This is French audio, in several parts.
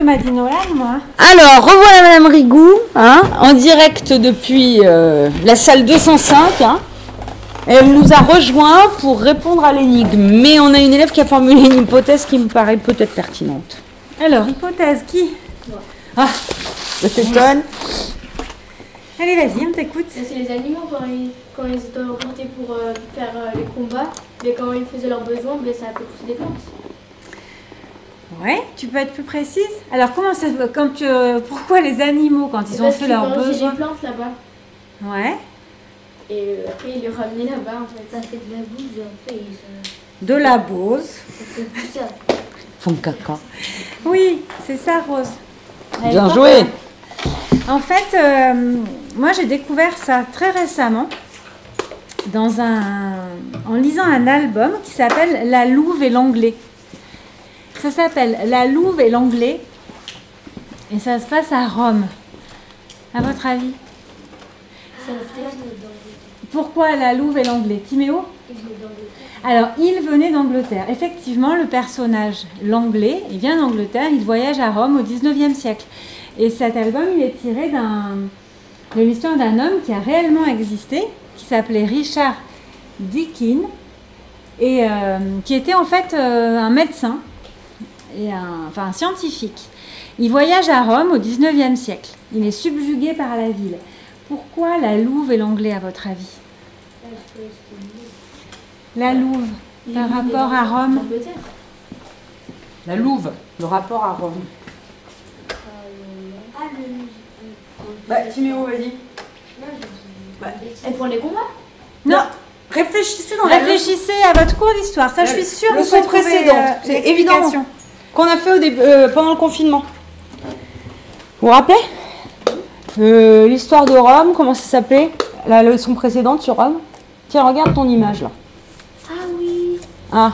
M'a dit Noël, moi. Alors, revoilà Madame Rigou, en direct depuis la salle 205. Elle nous a rejoint pour répondre à l'énigme. Mais on a une élève qui a formulé une hypothèse qui me paraît peut-être pertinente. Alors, hypothèse, qui? Ah, ça t'étonne? Allez, vas-y, on t'écoute. C'est les animaux quand ils étaient recrutés pour faire les combats, mais quand ils faisaient leurs besoins, mais ça a fait pousser des plantes. Ouais, tu peux être plus précise? Alors, pourquoi les animaux, quand ils ont fait leurs besoins? Des plantes là-bas. Ouais. Et après, ils les ramenaient là-bas, en fait. Ça fait de la bouse, en fait. De la bouse. Ça fait tout ça. Font caca. Oui, c'est ça, Rose. Bien joué. En fait, moi, j'ai découvert ça très récemment en lisant un album qui s'appelle La Louve et l'Anglais. Ça s'appelle La Louve et l'Anglais et ça se passe à Rome. À votre avis? Pourquoi La Louve et l'Anglais? Timéo? Alors, il venait d'Angleterre. Effectivement, le personnage, l'Anglais, il vient d'Angleterre, il voyage à Rome au 19e siècle. Et cet album, il est tiré de l'histoire d'un homme qui a réellement existé, qui s'appelait Richard Deakin, et qui était en fait un médecin, et un scientifique. Il voyage à Rome au 19e siècle. Il est subjugué par la ville. Pourquoi la Louve et l'Anglais, à votre avis? La Louve, par rapport à Rome. La Louve, le rapport à Rome. Timéo, vas-y. Et pour les combats? Non. Réfléchissez Réfléchissez à votre cours d'histoire. Ça, je suis sûre que vous leçon pouvez trouver précédente. C'est évident qu'on a fait pendant le confinement. Vous vous rappelez l'histoire de Rome, comment ça s'appelait? La leçon précédente sur Rome. Tiens, regarde ton image là. Ah oui. Ah,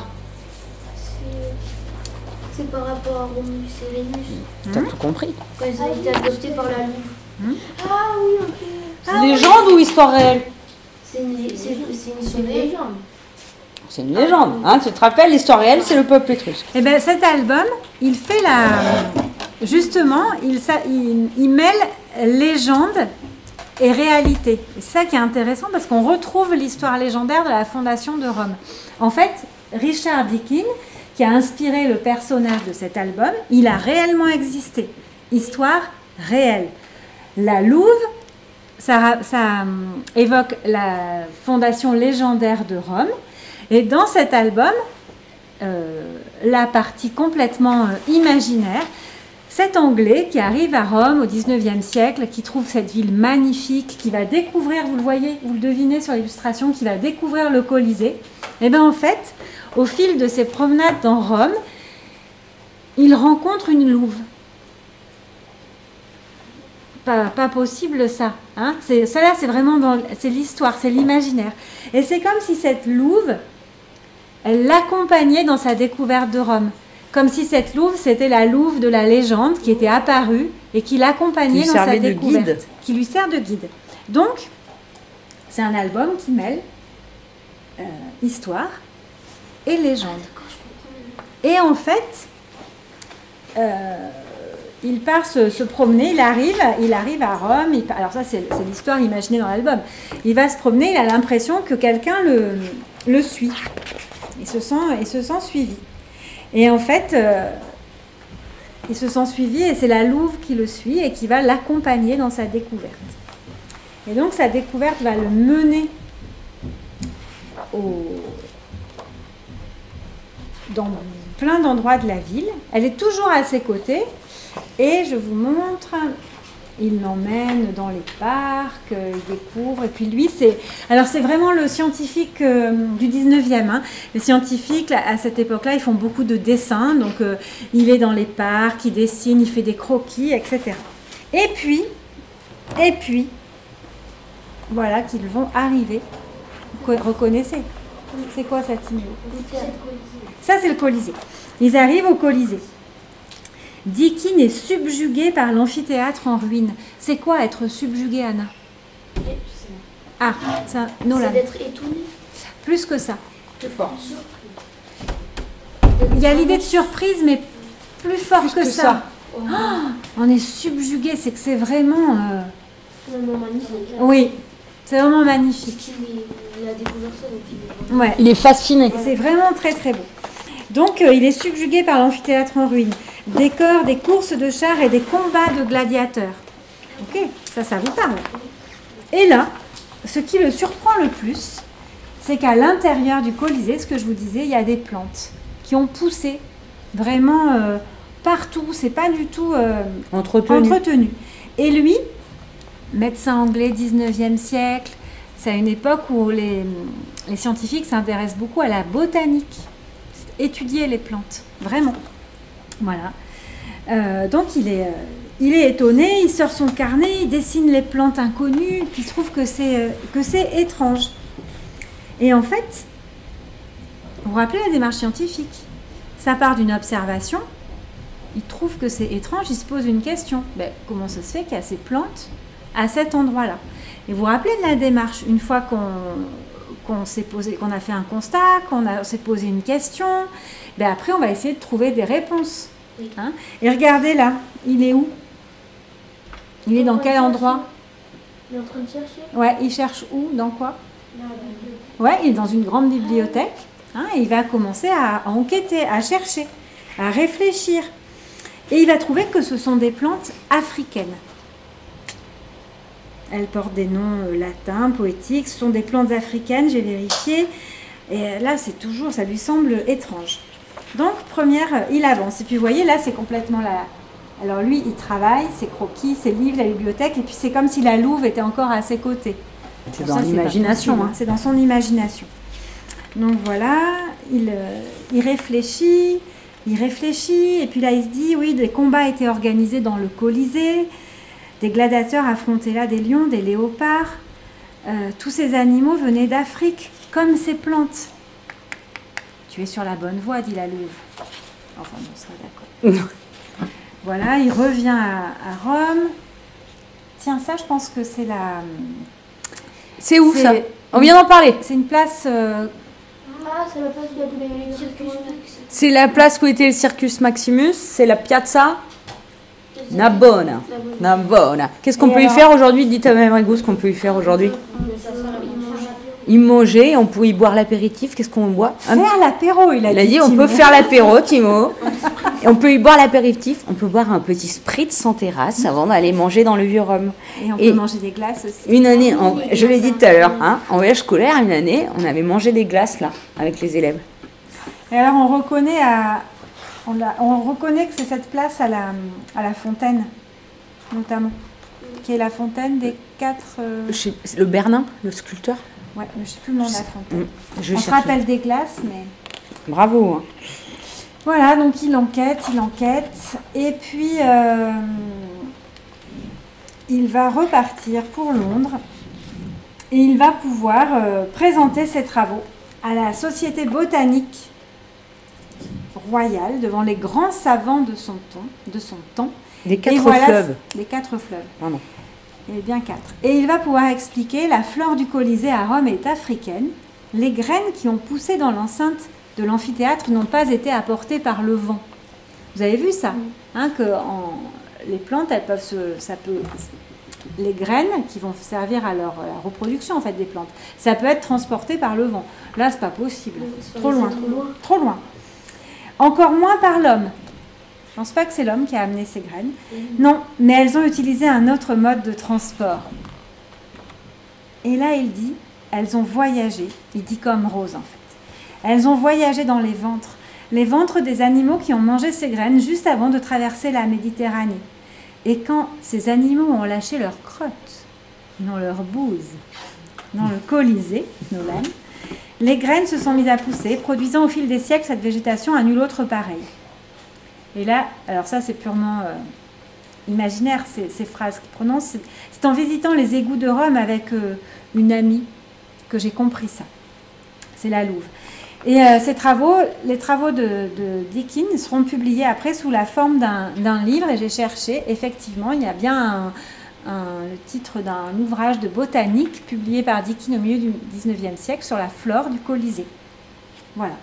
C'est par rapport à Romulus et Rémus. t'as tout compris. Quand ils ont été adoptés par la Louve. Ah oui, ok. C'est légende ou histoire réelle? C'est une Légende. C'est une légende. Tu te rappelles, l'histoire réelle, c'est le peuple étrusque. Eh bien, cet album, il fait justement, il mêle légende et réalité. C'est ça qui est intéressant parce qu'on retrouve l'histoire légendaire de la fondation de Rome. En fait, Richard Deakin, qui a inspiré le personnage de cet album, il a réellement existé. Histoire réelle. La Louve, ça évoque la fondation légendaire de Rome. Et dans cet album, la partie complètement imaginaire, cet Anglais qui arrive à Rome au 19e siècle, qui trouve cette ville magnifique, qui va découvrir, vous le voyez, vous le devinez sur l'illustration, qui va découvrir le Colisée, et bien en fait, au fil de ses promenades dans Rome, il rencontre une louve. Pas possible ça. Ça là, c'est vraiment c'est l'histoire, c'est l'imaginaire. Et c'est comme si cette louve, elle l'accompagnait dans sa découverte de Rome. Comme si cette louve, c'était la louve de la légende qui était apparue et qui l'accompagnait dans sa découverte. Qui lui sert de guide. Donc, c'est un album qui mêle histoire et légende. Et en fait, il part se promener, il arrive à Rome. Alors ça, c'est l'histoire imaginée dans l'album. Il va se promener, il a l'impression que quelqu'un le suit. Il se sent suivi. Et en fait, il se sent suivi et c'est la louve qui le suit et qui va l'accompagner dans sa découverte. Et donc, sa découverte va le mener dans plein d'endroits de la ville. Elle est toujours à ses côtés. Et je vous montre, il l'emmène dans les parcs, il découvre. Et puis lui, c'est vraiment le scientifique du 19e. Les scientifiques, à cette époque-là, ils font beaucoup de dessins. Donc, il est dans les parcs, il dessine, il fait des croquis, etc. Et puis, voilà qu'ils vont arriver. Vous reconnaissez? C'est quoi ça, Timéo? Ça, c'est le Colisée. Ils arrivent au Colisée. Deakin est subjugué par l'amphithéâtre en ruine. C'est quoi être subjugué, Anna? Ah, ça, Nolan. C'est d'être étonné. Plus que ça. Plus fort. Il y a l'idée de surprise, mais plus fort que ça. On est subjugué, c'est que c'est vraiment... Vraiment magnifique. Oui, c'est vraiment magnifique. Il a découvert ça, donc il est... Ouais. Il est fasciné. C'est vraiment très très beau. Donc il est subjugué par l'amphithéâtre en ruine. Décor des courses de chars et des combats de gladiateurs. Ok, ça vous parle. Et là, ce qui le surprend le plus, c'est qu'à l'intérieur du Colisée, ce que je vous disais, il y a des plantes qui ont poussé vraiment partout. C'est pas du tout entretenu. Et lui, médecin anglais 19e siècle, c'est à une époque où les scientifiques s'intéressent beaucoup à la botanique, étudier les plantes, vraiment. Voilà. Donc il est étonné, il sort son carnet, il dessine les plantes inconnues, puis il trouve que c'est étrange. Et en fait, vous vous rappelez la démarche scientifique, ça part d'une observation, il trouve que c'est étrange, il se pose une question. Comment ça se fait qu'il y a ces plantes à cet endroit-là? Et vous vous rappelez de la démarche, une fois qu'on a fait un constat, qu'on s'est posé une question, après on va essayer de trouver des réponses. Oui. Hein? Et regardez là, il est où? Il est dans quel endroit? Il est en train de chercher. Ouais, il cherche où? Dans quoi? Ouais, il est dans une grande bibliothèque. Hein, et il va commencer à enquêter, à chercher, à réfléchir. Et il va trouver que ce sont des plantes africaines. Elles portent des noms latins, poétiques. Ce sont des plantes africaines, j'ai vérifié. Et là, ça lui semble étrange. Donc, il avance. Et puis, vous voyez, là, c'est complètement là. Alors, lui, il travaille, ses croquis, ses livres, la bibliothèque. Et puis, c'est comme si la louve était encore à ses côtés. C'est dans l'imagination. C'est dans son imagination. Donc, voilà, il réfléchit. Et puis là, il se dit, oui, des combats étaient organisés dans le Colisée. Des gladiateurs affrontaient là des lions, des léopards. Tous ces animaux venaient d'Afrique, comme ces plantes. Tu es sur la bonne voie, dit la louve. Enfin, bon, ça, d'accord. Voilà, il revient à Rome. Tiens, ça, je pense que c'est la... C'est où ça? On vient d'en parler. C'est une place... C'est la place où il y a tous les circuits. C'est la place où était le Circus Maximus. C'est la Piazza Navona. Qu'est-ce qu'on peut y faire aujourd'hui? Dites à Mme Rigaud ce qu'on peut y faire aujourd'hui. Y manger, on peut y boire l'apéritif. Qu'est-ce qu'on boit? Faire l'apéro, il a dit. On peut faire l'apéro, Timo. Et on peut y boire l'apéritif. On peut boire un petit spritz en terrasse avant d'aller manger dans le Vieux-Rhum. Et on peut manger des glaces aussi. Une année, je l'ai dit tout à l'heure, en voyage scolaire, une année, on avait mangé des glaces là, avec les élèves. Et alors on reconnaît que c'est cette place à la fontaine, notamment, qui est la fontaine des 4... Le Bernin, le sculpteur. Ouais, je ne sais plus le nom de la fontaine. On se rappelle des glaces, mais... Bravo. Voilà, donc il enquête, et puis il va repartir pour Londres, et il va pouvoir présenter ses travaux à la Société botanique royale, devant les grands savants de son temps. Les 4 fleuves. Les 4 fleuves. Pardon. Il y a bien 4. Et il va pouvoir expliquer la flore du Colisée à Rome est africaine. Les graines qui ont poussé dans l'enceinte de l'amphithéâtre n'ont pas été apportées par le vent. Vous avez vu ça, que les plantes, elles peuvent les graines qui vont servir à la reproduction en fait des plantes, ça peut être transporté par le vent. Là, c'est pas possible. Trop loin. Encore moins par l'homme. Je ne pense pas que c'est l'homme qui a amené ces graines. Non, mais elles ont utilisé un autre mode de transport. Et là, il dit, elles ont voyagé. Il dit comme Rose, en fait. Elles ont voyagé dans les ventres des animaux qui ont mangé ces graines juste avant de traverser la Méditerranée. Et quand ces animaux ont lâché leurs crottes, non leur bouse, dans le Colisée, Nolan, les graines se sont mises à pousser, produisant au fil des siècles cette végétation à nul autre pareil. Et là, alors ça c'est purement imaginaire, ces phrases qu'il prononce. C'est en visitant les égouts de Rome avec une amie que j'ai compris ça. C'est la Louve. Et les travaux de Deakin seront publiés après sous la forme d'un livre. Et j'ai cherché, effectivement, il y a bien le titre d'un ouvrage de botanique publié par Deakin au milieu du 19e siècle sur la flore du Colisée. Voilà.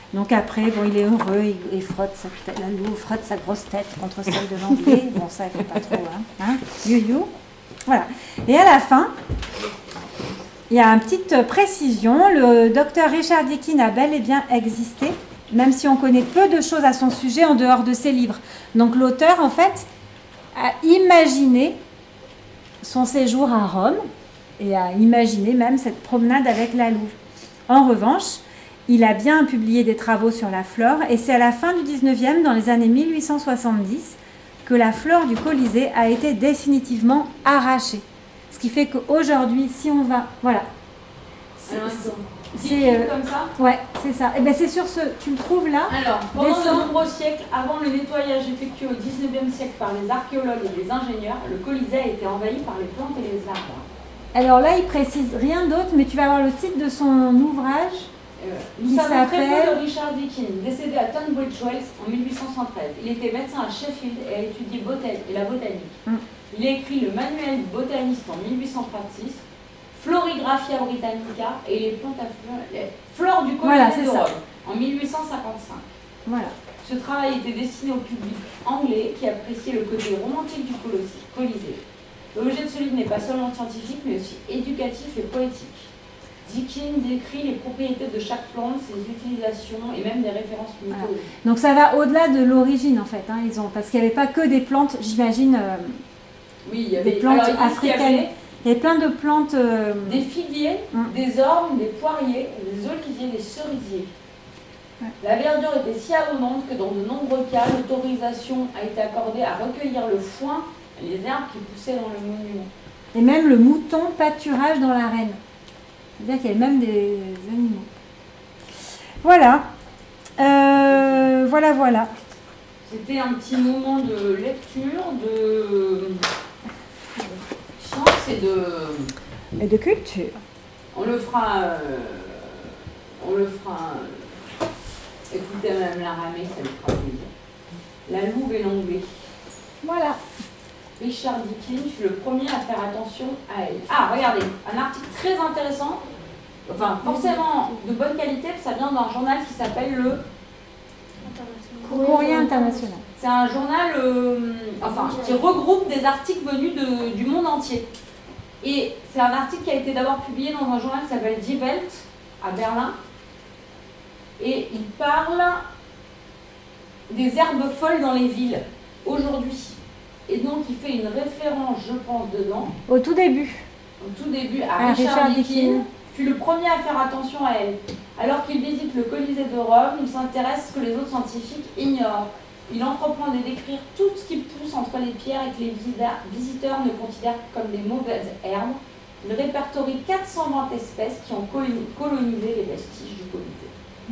Donc après, bon, il est heureux, il frotte sa tête, la louve frotte sa grosse tête contre celle de l'anglais. Bon, ça, il ne faut pas trop, hein. You. Voilà. Et à la fin, il y a une petite précision. Le docteur Richard Dawkins a bel et bien existé, même si on connaît peu de choses à son sujet en dehors de ses livres. Donc l'auteur, en fait, a imaginé son séjour à Rome et a imaginé même cette promenade avec la louve. En revanche, il a bien publié des travaux sur la flore et c'est à la fin du 19e, dans les années 1870, que la flore du Colisée a été définitivement arrachée. Ce qui fait qu'aujourd'hui, si on va... Voilà. C'est comme ça. Ouais, c'est ça. Et bien c'est sur ce... Tu le trouves là. Alors, pendant de nombreux siècles, avant le nettoyage effectué au 19e siècle par les archéologues et les ingénieurs, le Colisée a été envahi par les plantes et les arbres. Alors là, il précise rien d'autre, mais tu vas avoir le titre de son ouvrage. Nous savons très peu de Richard Dawkins, décédé à Tunbridge Wells en 1873. Il était médecin à Sheffield et a étudié la botanique. Il a écrit le Manuel botaniste en 1836, Florigraphia Britannica et les plantes à fleurs, les flores du Colisée de Rome en 1855. Voilà. Ce travail était destiné au public anglais qui appréciait le côté romantique du Colisée. L'objet de ce livre n'est pas seulement scientifique, mais aussi éducatif et poétique. Dawkins décrit les propriétés de chaque plante, ses utilisations et même des références mythologiques. Voilà. Donc ça va au-delà de l'origine en fait, hein, parce qu'il n'y avait pas que des plantes, j'imagine, oui, il y avait des plantes africaines. Il y avait plein de plantes... Des figuiers, des ormes, des poiriers, des oliviers, des cerisiers. Ouais. La verdure était si abondante que dans de nombreux cas, l'autorisation a été accordée à recueillir le foin et les herbes qui poussaient dans le monument. Et même le mouton pâturage dans l'arène. C'est-à-dire qu'il y avait même des animaux. Voilà. Voilà. C'était un petit moment de lecture, de science et de culture. On le fera. Écoutez, Madame Laramée, ça me fera plaisir. La louve et l'anglais. Voilà. Richard Dawkins fut le premier à faire attention à elle. Ah, regardez, un article très intéressant, enfin forcément de bonne qualité, ça vient d'un journal qui s'appelle le Courrier international. C'est un journal qui regroupe des articles venus du monde entier. Et c'est un article qui a été d'abord publié dans un journal qui s'appelle Die Welt à Berlin. Et il parle des herbes folles dans les villes aujourd'hui. Et donc, il fait une référence, je pense, dedans. Au tout début, à Richard Dawkins, fut le premier à faire attention à elle. Alors qu'il visite le Colisée de Rome, il s'intéresse à ce que les autres scientifiques ignorent. Il entreprend de décrire tout ce qui pousse entre les pierres et que les visiteurs ne considèrent comme des mauvaises herbes. Il répertorie 420 espèces qui ont colonisé les vestiges du Colisée.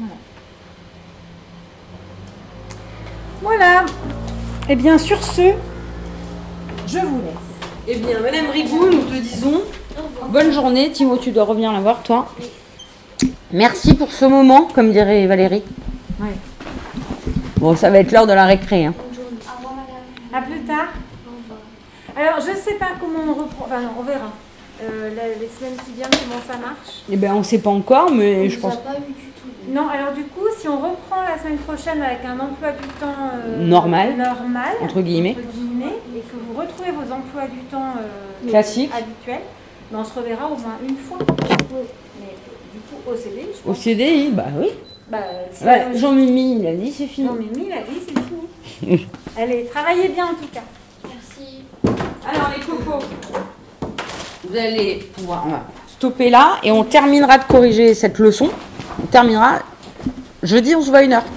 Voilà. Et bien, sur ce... Je vous laisse. Eh bien, Madame Rigou, nous te disons bonne journée. Thibaut, tu dois revenir la voir, toi. Merci pour ce moment, comme dirait Valérie. Oui. Bon, ça va être l'heure de la récré. Hein. Au revoir, madame. À plus tard. Alors, je ne sais pas comment on reprend. Enfin, on verra. Les semaines qui viennent, comment ça marche. Eh bien, on ne sait pas encore, mais je pense... pas vu du tout. Non, alors du coup, si on reprend la semaine prochaine avec un emploi du temps normal, entre guillemets, et que vous retrouvez vos emplois du temps classiques, habituels, ben on se reverra au moins une fois. Mais du coup, au CDI, je pense. Au CDI, bah oui. Bah, Jean-Mimi, il a dit c'est fini. Jean-Mimi, il a dit c'est fini. Allez, travaillez bien en tout cas. Merci. Alors les cocos, vous allez pouvoir stopper là et on terminera de corriger cette leçon. On terminera jeudi, on se voit à 1h.